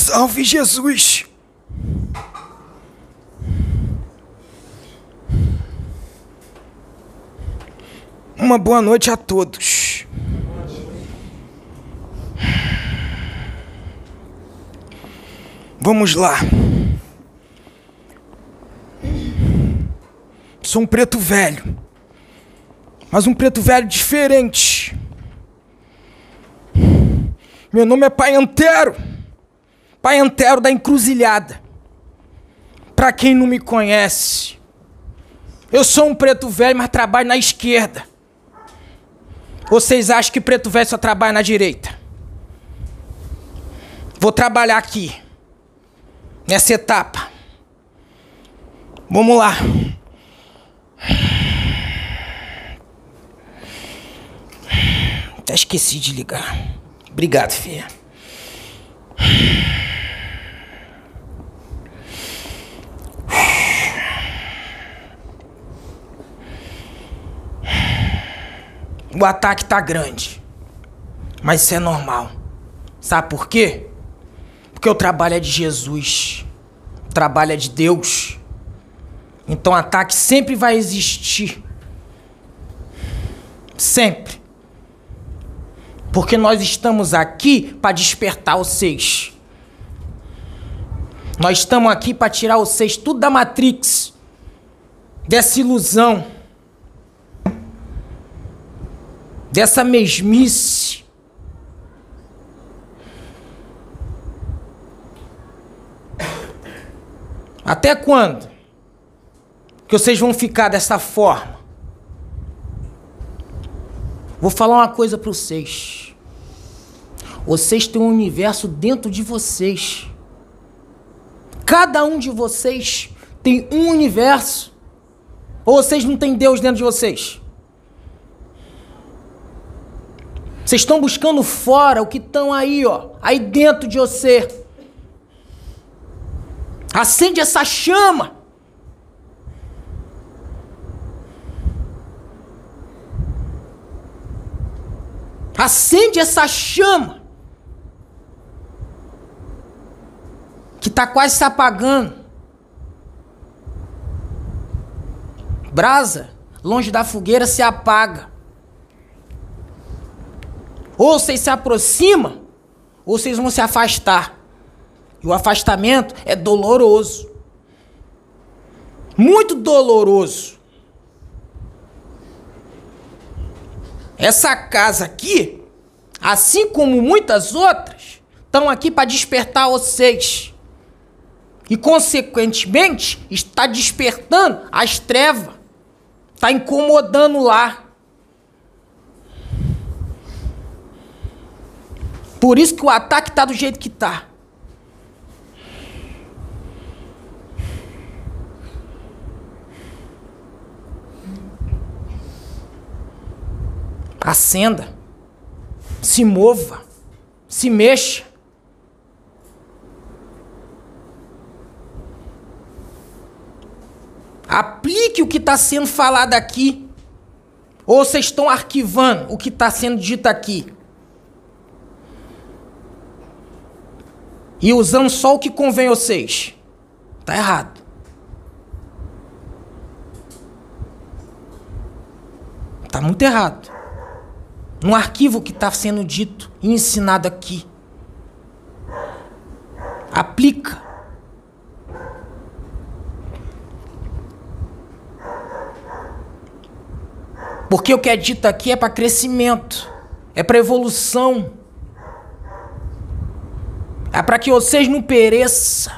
Salve Jesus! Uma boa noite a todos. Vamos lá. Sou um preto velho, mas um preto velho diferente. Meu nome é Pai Antero, Pai Antero da Encruzilhada. Pra quem não me conhece, eu sou um preto velho, mas trabalho na esquerda. Vocês acham que preto velho só trabalha na direita? Vou trabalhar aqui, nessa etapa. Vamos lá. Até esqueci de ligar. Obrigado, filha. O ataque tá grande, mas isso é normal. Sabe por quê? Porque o trabalho é de Jesus, o trabalho é de Deus. Então o ataque sempre vai existir. Sempre. Porque nós estamos aqui para despertar vocês. Nós estamos aqui para tirar vocês tudo da Matrix, dessa ilusão, dessa mesmice. Até quando que vocês vão ficar dessa forma? Vou falar uma coisa para vocês. Vocês têm um universo dentro de vocês. Cada um de vocês tem um universo. Ou vocês não têm Deus dentro de vocês? Vocês estão buscando fora o que estão aí, ó. Aí dentro de você. Acende essa chama. Acende essa chama. Que tá quase se apagando. Brasa, longe da fogueira, se apaga. Ou vocês se aproximam, ou vocês vão se afastar. E o afastamento é doloroso. Muito doloroso. Essa casa aqui, assim como muitas outras, estão aqui para despertar vocês. E, consequentemente, está despertando as trevas. Está incomodando lá. Por isso que o ataque está do jeito que está. Acenda, se mova, se mexa. Aplique o que está sendo falado aqui. Ou vocês estão arquivando o que está sendo dito aqui. E usando só o que convém a vocês. Tá errado. Tá muito errado. Não arquiva o que está sendo dito e ensinado aqui. Aplica. Porque o que é dito aqui é para crescimento, é para evolução, é para que vocês não pereçam.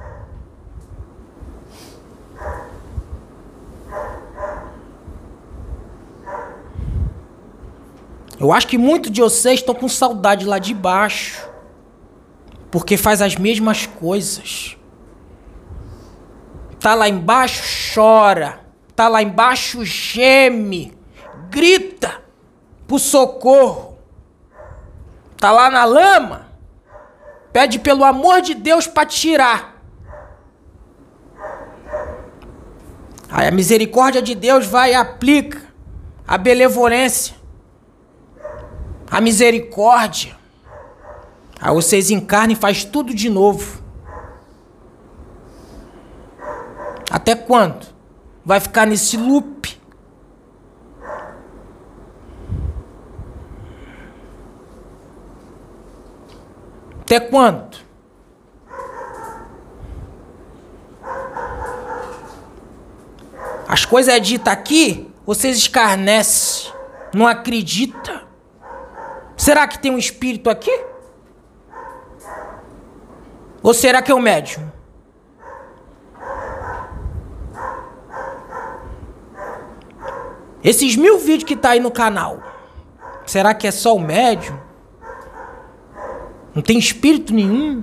Eu acho que muitos de vocês estão com saudade lá de baixo, porque faz as mesmas coisas. Tá lá embaixo, chora. Tá lá embaixo, geme. Grita por socorro. Tá lá na lama. Pede pelo amor de Deus para tirar. Aí a misericórdia de Deus vai e aplica a benevolência, a misericórdia, Aí vocês encarnam e faz tudo de novo. Até quando? Vai ficar nesse loop? Até quando? As coisas é dita aqui, vocês escarnecem, não acreditam. Será que tem um espírito aqui? Ou será que é o médium? Esses 1000 vídeos que tá aí no canal, será que é só o médium? Não tem espírito nenhum?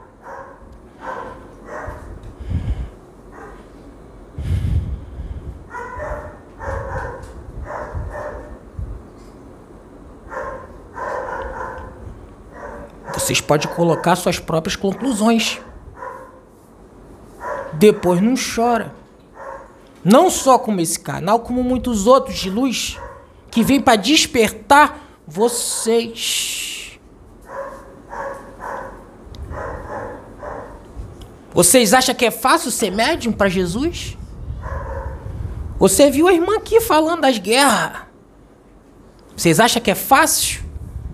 Vocês podem colocar suas próprias conclusões. Depois não chora. Não só como esse canal, como muitos outros de luz que vêm para despertar vocês. Vocês acham que é fácil ser médium para Jesus? Você viu a irmã aqui falando das guerras. Vocês acham que é fácil?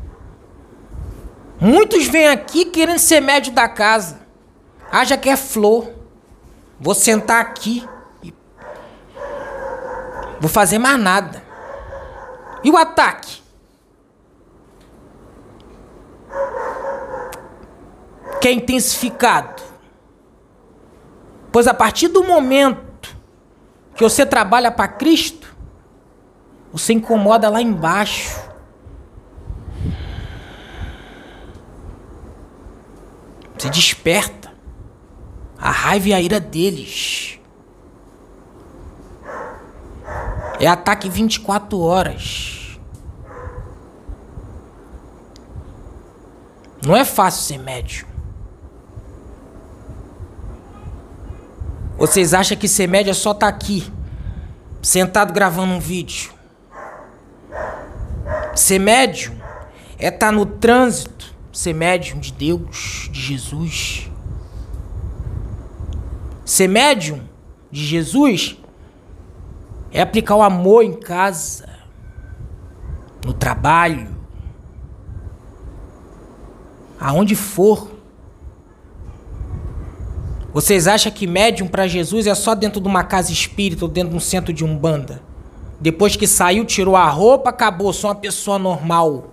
Muitos vêm aqui querendo ser médium da casa. Acha que é flor. Vou sentar aqui e vou fazer mais nada. E o ataque? Que é intensificado. Pois a partir do momento que você trabalha para Cristo, você incomoda lá embaixo. Você desperta a raiva e a ira deles. É ataque 24 horas. Não é fácil ser médium. Vocês acham que ser médium é só estar aqui, sentado gravando um vídeo? Ser médium é estar no trânsito. Ser médium de Deus, de Jesus. Ser médium de Jesus é aplicar o amor em casa, no trabalho, aonde for. Vocês acham que médium para Jesus é só dentro de uma casa espírita ou dentro de um centro de umbanda? Depois que saiu, tirou a roupa, acabou, sou uma pessoa normal.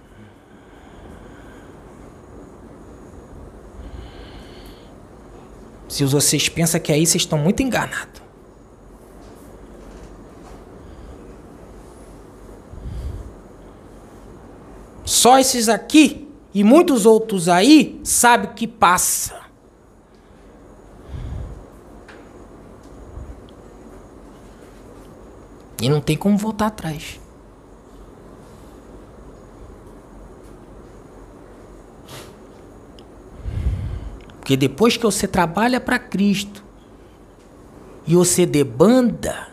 Se vocês pensam que é isso, vocês estão muito enganados. Só esses aqui e muitos outros aí sabem o que passa. E não tem como voltar atrás. Porque depois que você trabalha para Cristo e você debanda,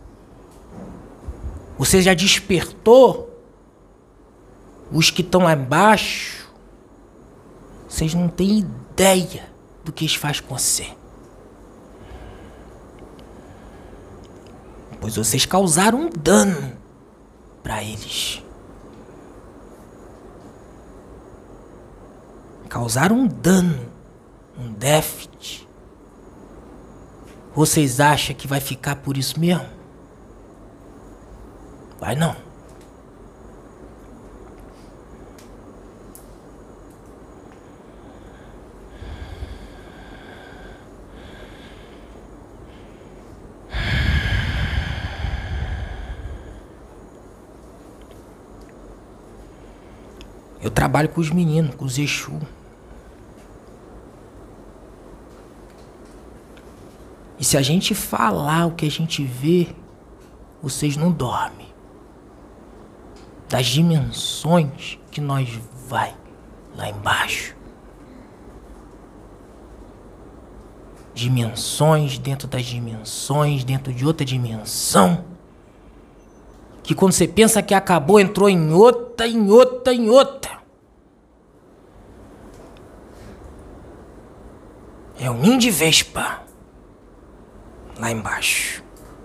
você já despertou os que estão lá embaixo. Vocês não têm ideia do que isso faz com você. Pois vocês causaram um dano para eles. Causaram um dano. Um déficit. Vocês acham que vai ficar por isso mesmo? Vai não. Eu trabalho com os meninos, com os Exu. E se a gente falar o que a gente vê, vocês não dormem. Das dimensões que nós vai lá embaixo. Dimensões dentro das dimensões, dentro de outra dimensão. Que quando você pensa que acabou, entrou em outra, em outra, em outra. É um ninho de vespa. Lá embaixo.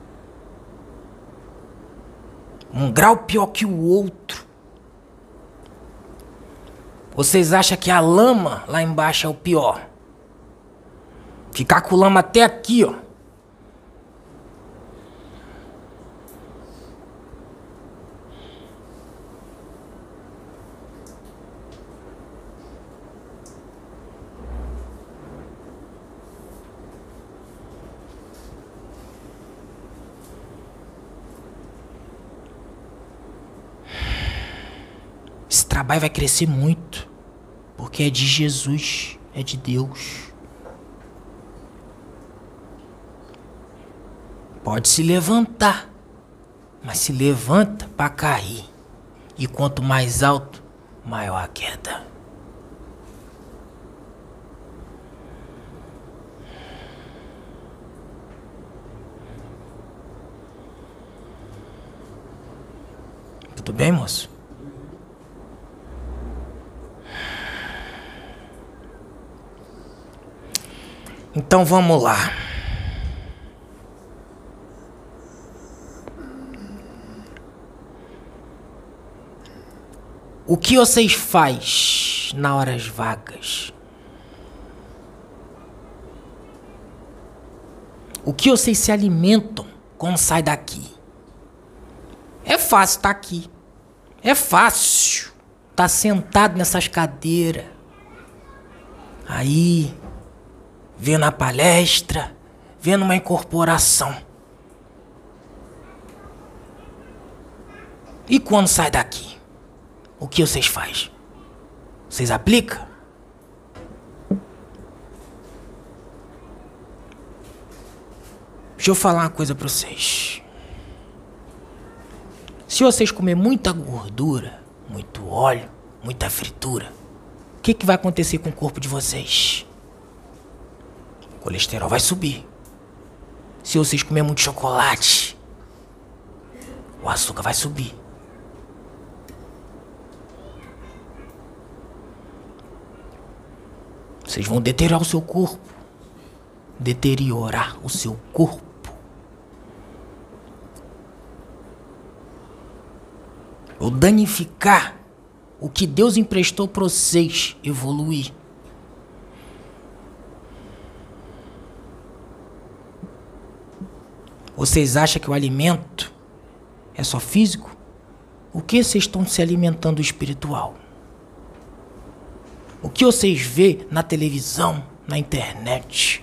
Um grau pior que o outro. Vocês acham que a lama lá embaixo é o pior? Ficar com lama até aqui, ó. Esse trabalho vai crescer muito, porque é de Jesus, é de Deus. Pode se levantar, mas se levanta para cair. E quanto mais alto, maior a queda. Tudo bem, moço? Então vamos lá. O que vocês fazem nas horas vagas? O que vocês se alimentam quando sai daqui? É fácil estar aqui. É fácil estar sentado nessas cadeiras. Aí, vendo a palestra, vendo uma incorporação. E quando sai daqui? O que vocês fazem? Vocês aplicam? Deixa eu falar uma coisa pra vocês. Se vocês comerem muita gordura, muito óleo, muita fritura, o que vai acontecer com o corpo de vocês? O colesterol vai subir. Se vocês comerem muito chocolate, o açúcar vai subir. Vocês vão deteriorar o seu corpo. Deteriorar o seu corpo. Ou danificar o que Deus emprestou para vocês evoluir. Vocês acham que o alimento é só físico? O que vocês estão se alimentando espiritual? O que vocês vê na televisão, na internet?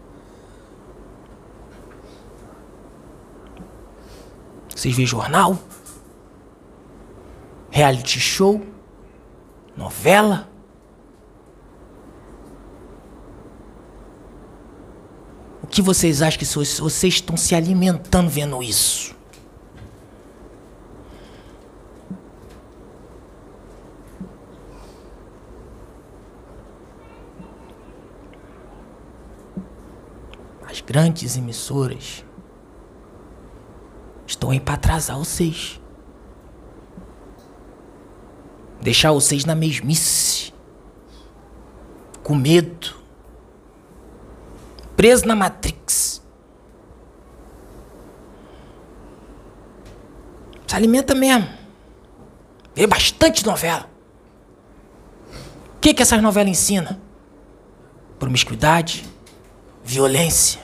Vocês vê jornal? Reality show? Novela? O que vocês acham que vocês estão se alimentando vendo isso? As grandes emissoras estão aí para atrasar vocês. Deixar vocês na mesmice. Com medo. Preso na Matrix. Se alimenta mesmo. Vê bastante novela. O que essas novelas ensinam? Promiscuidade. Violência.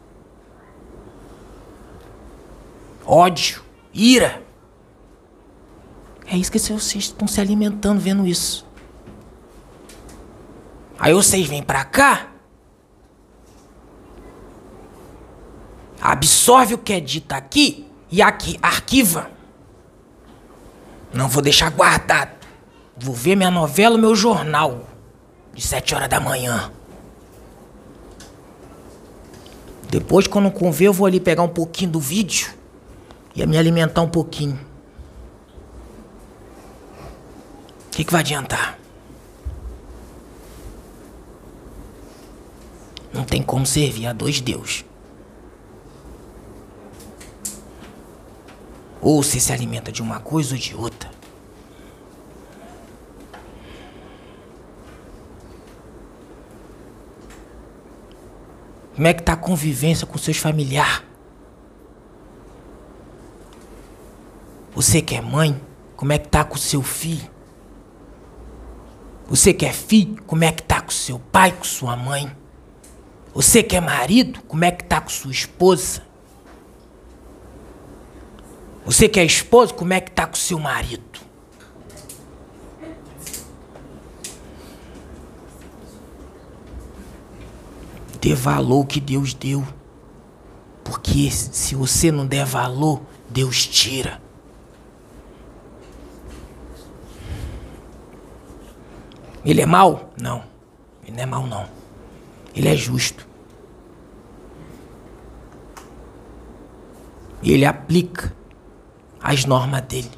Ódio. Ira. É isso que vocês estão se alimentando vendo isso. Aí vocês vêm pra cá, absorve o que é dito aqui e aqui arquiva. Não vou deixar guardado. Vou ver minha novela, meu jornal de 7 horas da manhã. Depois, quando conver, eu vou ali pegar um pouquinho do vídeo e me alimentar um pouquinho. O que vai adiantar? Não tem como servir a dois deuses. Ou você se alimenta de uma coisa ou de outra. Como é que tá a convivência com seus familiares? Você que é mãe, como é que tá com seu filho? Você que é filho, como é que tá com seu pai, com sua mãe? Você que é marido, como é que tá com sua esposa? Você que é esposa, como é que tá com seu marido? Dê valor que Deus deu. Porque se você não der valor, Deus tira. Ele é mau? Não. Ele não é mau, não. Ele é justo. E ele aplica as normas dele.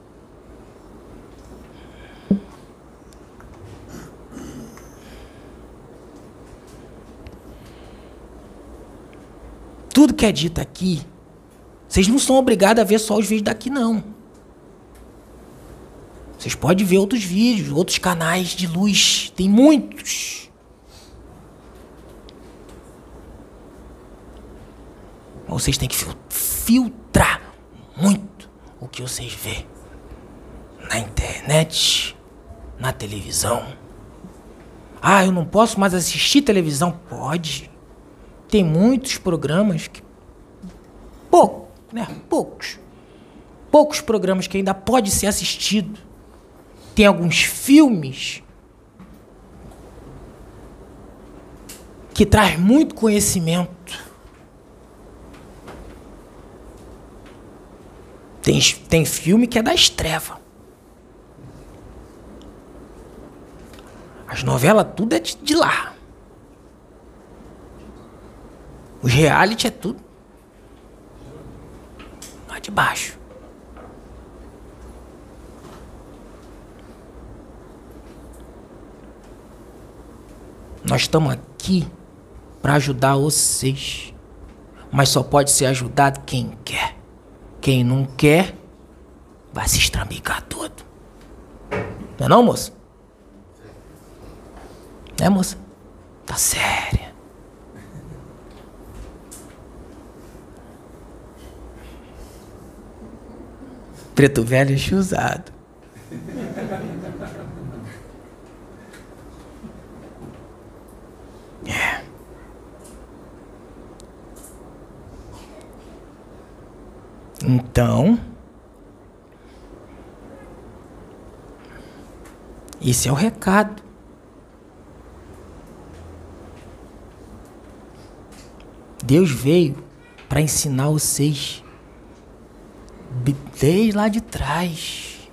Tudo que é dito aqui, vocês não são obrigados a ver só os vídeos daqui, não. Vocês podem ver outros vídeos, outros canais de luz. Tem muitos. Mas vocês têm que filtrar muito o que vocês vê na internet, na televisão. Ah, eu não posso mais assistir televisão? Pode. Tem muitos programas que... Poucos programas que ainda pode ser assistido. Tem alguns filmes que traz muito conhecimento. Tem filme que é das trevas. As novelas tudo é de lá. Os reality é tudo lá de baixo. Nós estamos aqui para ajudar vocês. Mas só pode ser ajudado quem quer. Quem não quer, vai se estrambicar todo. Não é não, moça? É, moça? Tá séria. Preto velho e usado. É. Então, esse é o recado. Deus veio para ensinar vocês desde lá de trás.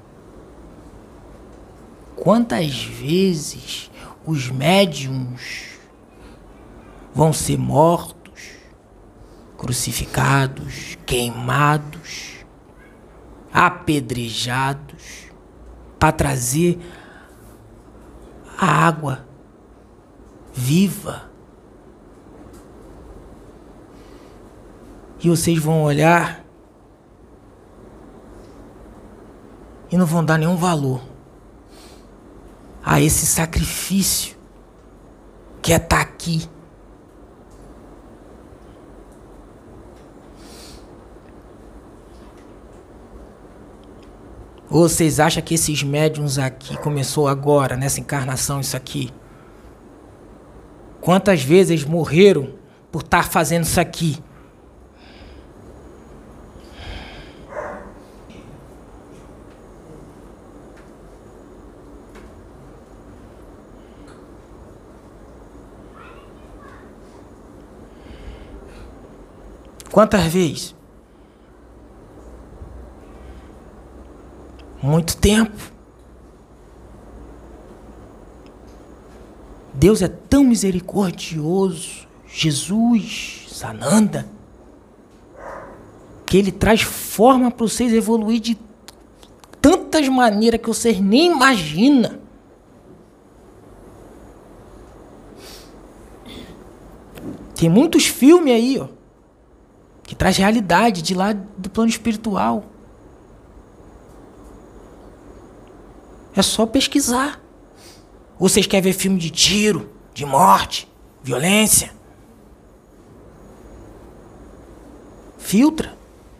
Quantas vezes os médiuns vão ser mortos, crucificados, queimados, apedrejados, para trazer a água viva. E vocês vão olhar e não vão dar nenhum valor a esse sacrifício que é estar aqui. Ou vocês acham que esses médiuns aqui começou agora, nessa encarnação, isso aqui? Quantas vezes eles morreram por estar fazendo isso aqui? Quantas vezes? Muito tempo. Deus é tão misericordioso, Jesus, Sananda, que Ele traz forma para vocês evoluir de tantas maneiras que vocês nem imaginam. Tem muitos filmes aí, ó, que traz realidade de lá do plano espiritual. É só pesquisar. Vocês querem ver filme de tiro, de morte, violência? Filtra.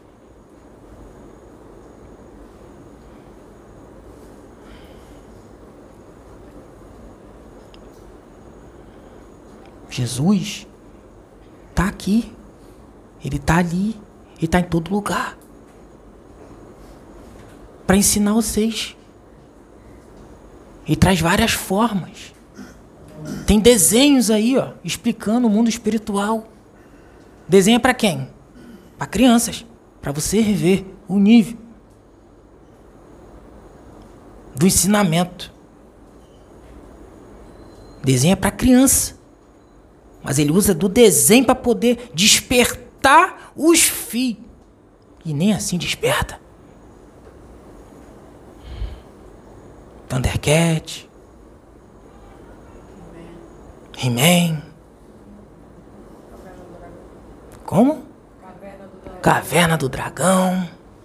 Jesus está aqui. Ele está ali. Ele está em todo lugar. Para ensinar vocês. Ele traz várias formas. Tem desenhos aí, ó, explicando o mundo espiritual. Desenho é para quem? Para crianças. Para você rever o nível do ensinamento. Desenho é para criança. Mas ele usa do desenho para poder despertar os filhos. E nem assim desperta. Thundercat. He-Man. Como? Caverna do Dragão.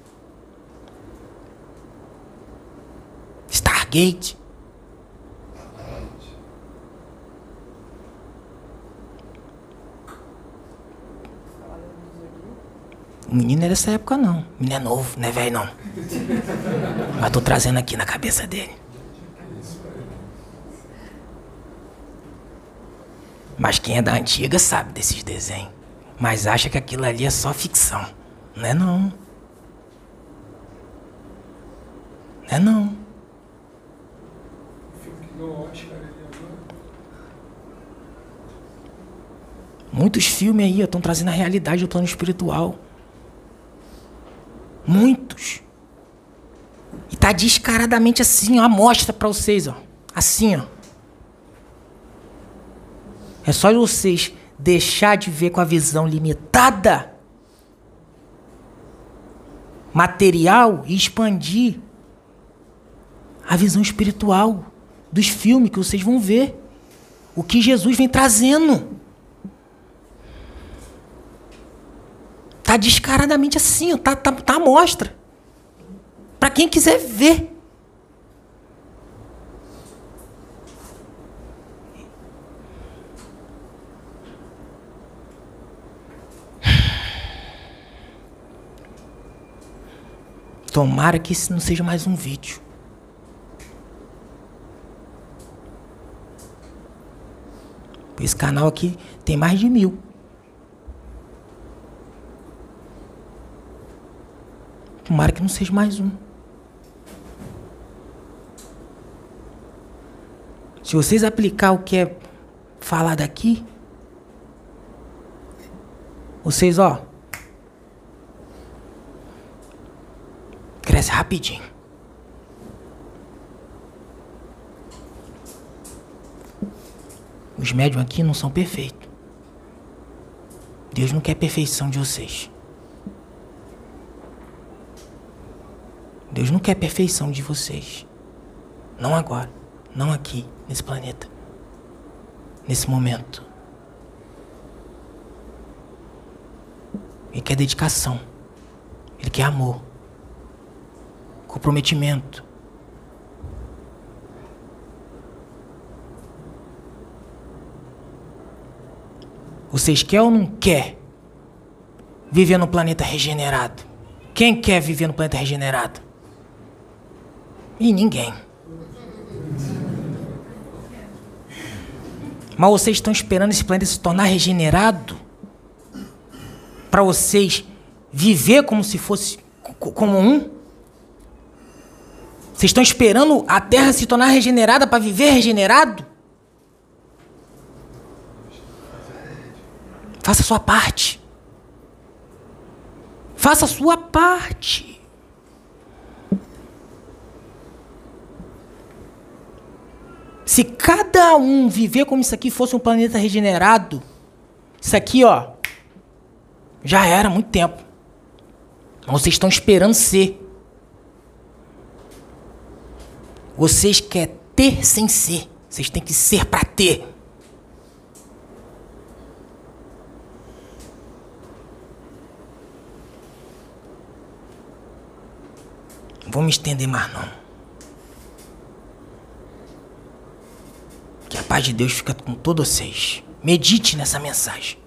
Stargate. O menino é dessa época não. O menino é novo, não é velho não. Mas tô trazendo aqui na cabeça dele. Mas quem é da antiga sabe desses desenhos. Mas acha que aquilo ali é só ficção. Não é não. Não é não. O filme que ganhou o Oscar ele agora. Muitos filmes aí estão trazendo a realidade do plano espiritual. Muitos. E tá descaradamente assim, ó. Mostra pra vocês, ó. Assim, ó. É só vocês deixar de ver com a visão limitada material e expandir a visão espiritual dos filmes que vocês vão ver. O que Jesus vem trazendo. Tá descaradamente assim, ó, tá à mostra. Para quem quiser ver. Tomara que isso não seja mais um vídeo. Esse canal aqui tem mais de 1000. Tomara que não seja mais um. Se vocês aplicar o que é falado aqui, vocês, ó, cresce rapidinho. Os médiums aqui não são perfeitos. Deus não quer perfeição de vocês. Deus não quer perfeição de vocês. Não agora. Não aqui, nesse planeta. Nesse momento. Ele quer dedicação. Ele quer amor. Comprometimento. Vocês querem ou não querem viver no planeta regenerado? Quem quer viver no planeta regenerado? E ninguém. Mas vocês estão esperando esse planeta se tornar regenerado para vocês viver como se fosse como um? Vocês estão esperando a Terra se tornar regenerada para viver regenerado? Faça a sua parte. Faça a sua parte. Se cada um viver como isso aqui fosse um planeta regenerado, isso aqui, ó, já era há muito tempo. Mas vocês estão esperando ser. Vocês querem ter sem ser. Vocês têm que ser para ter. Não vou me estender mais não. Que a paz de Deus fica com todos vocês. Medite nessa mensagem.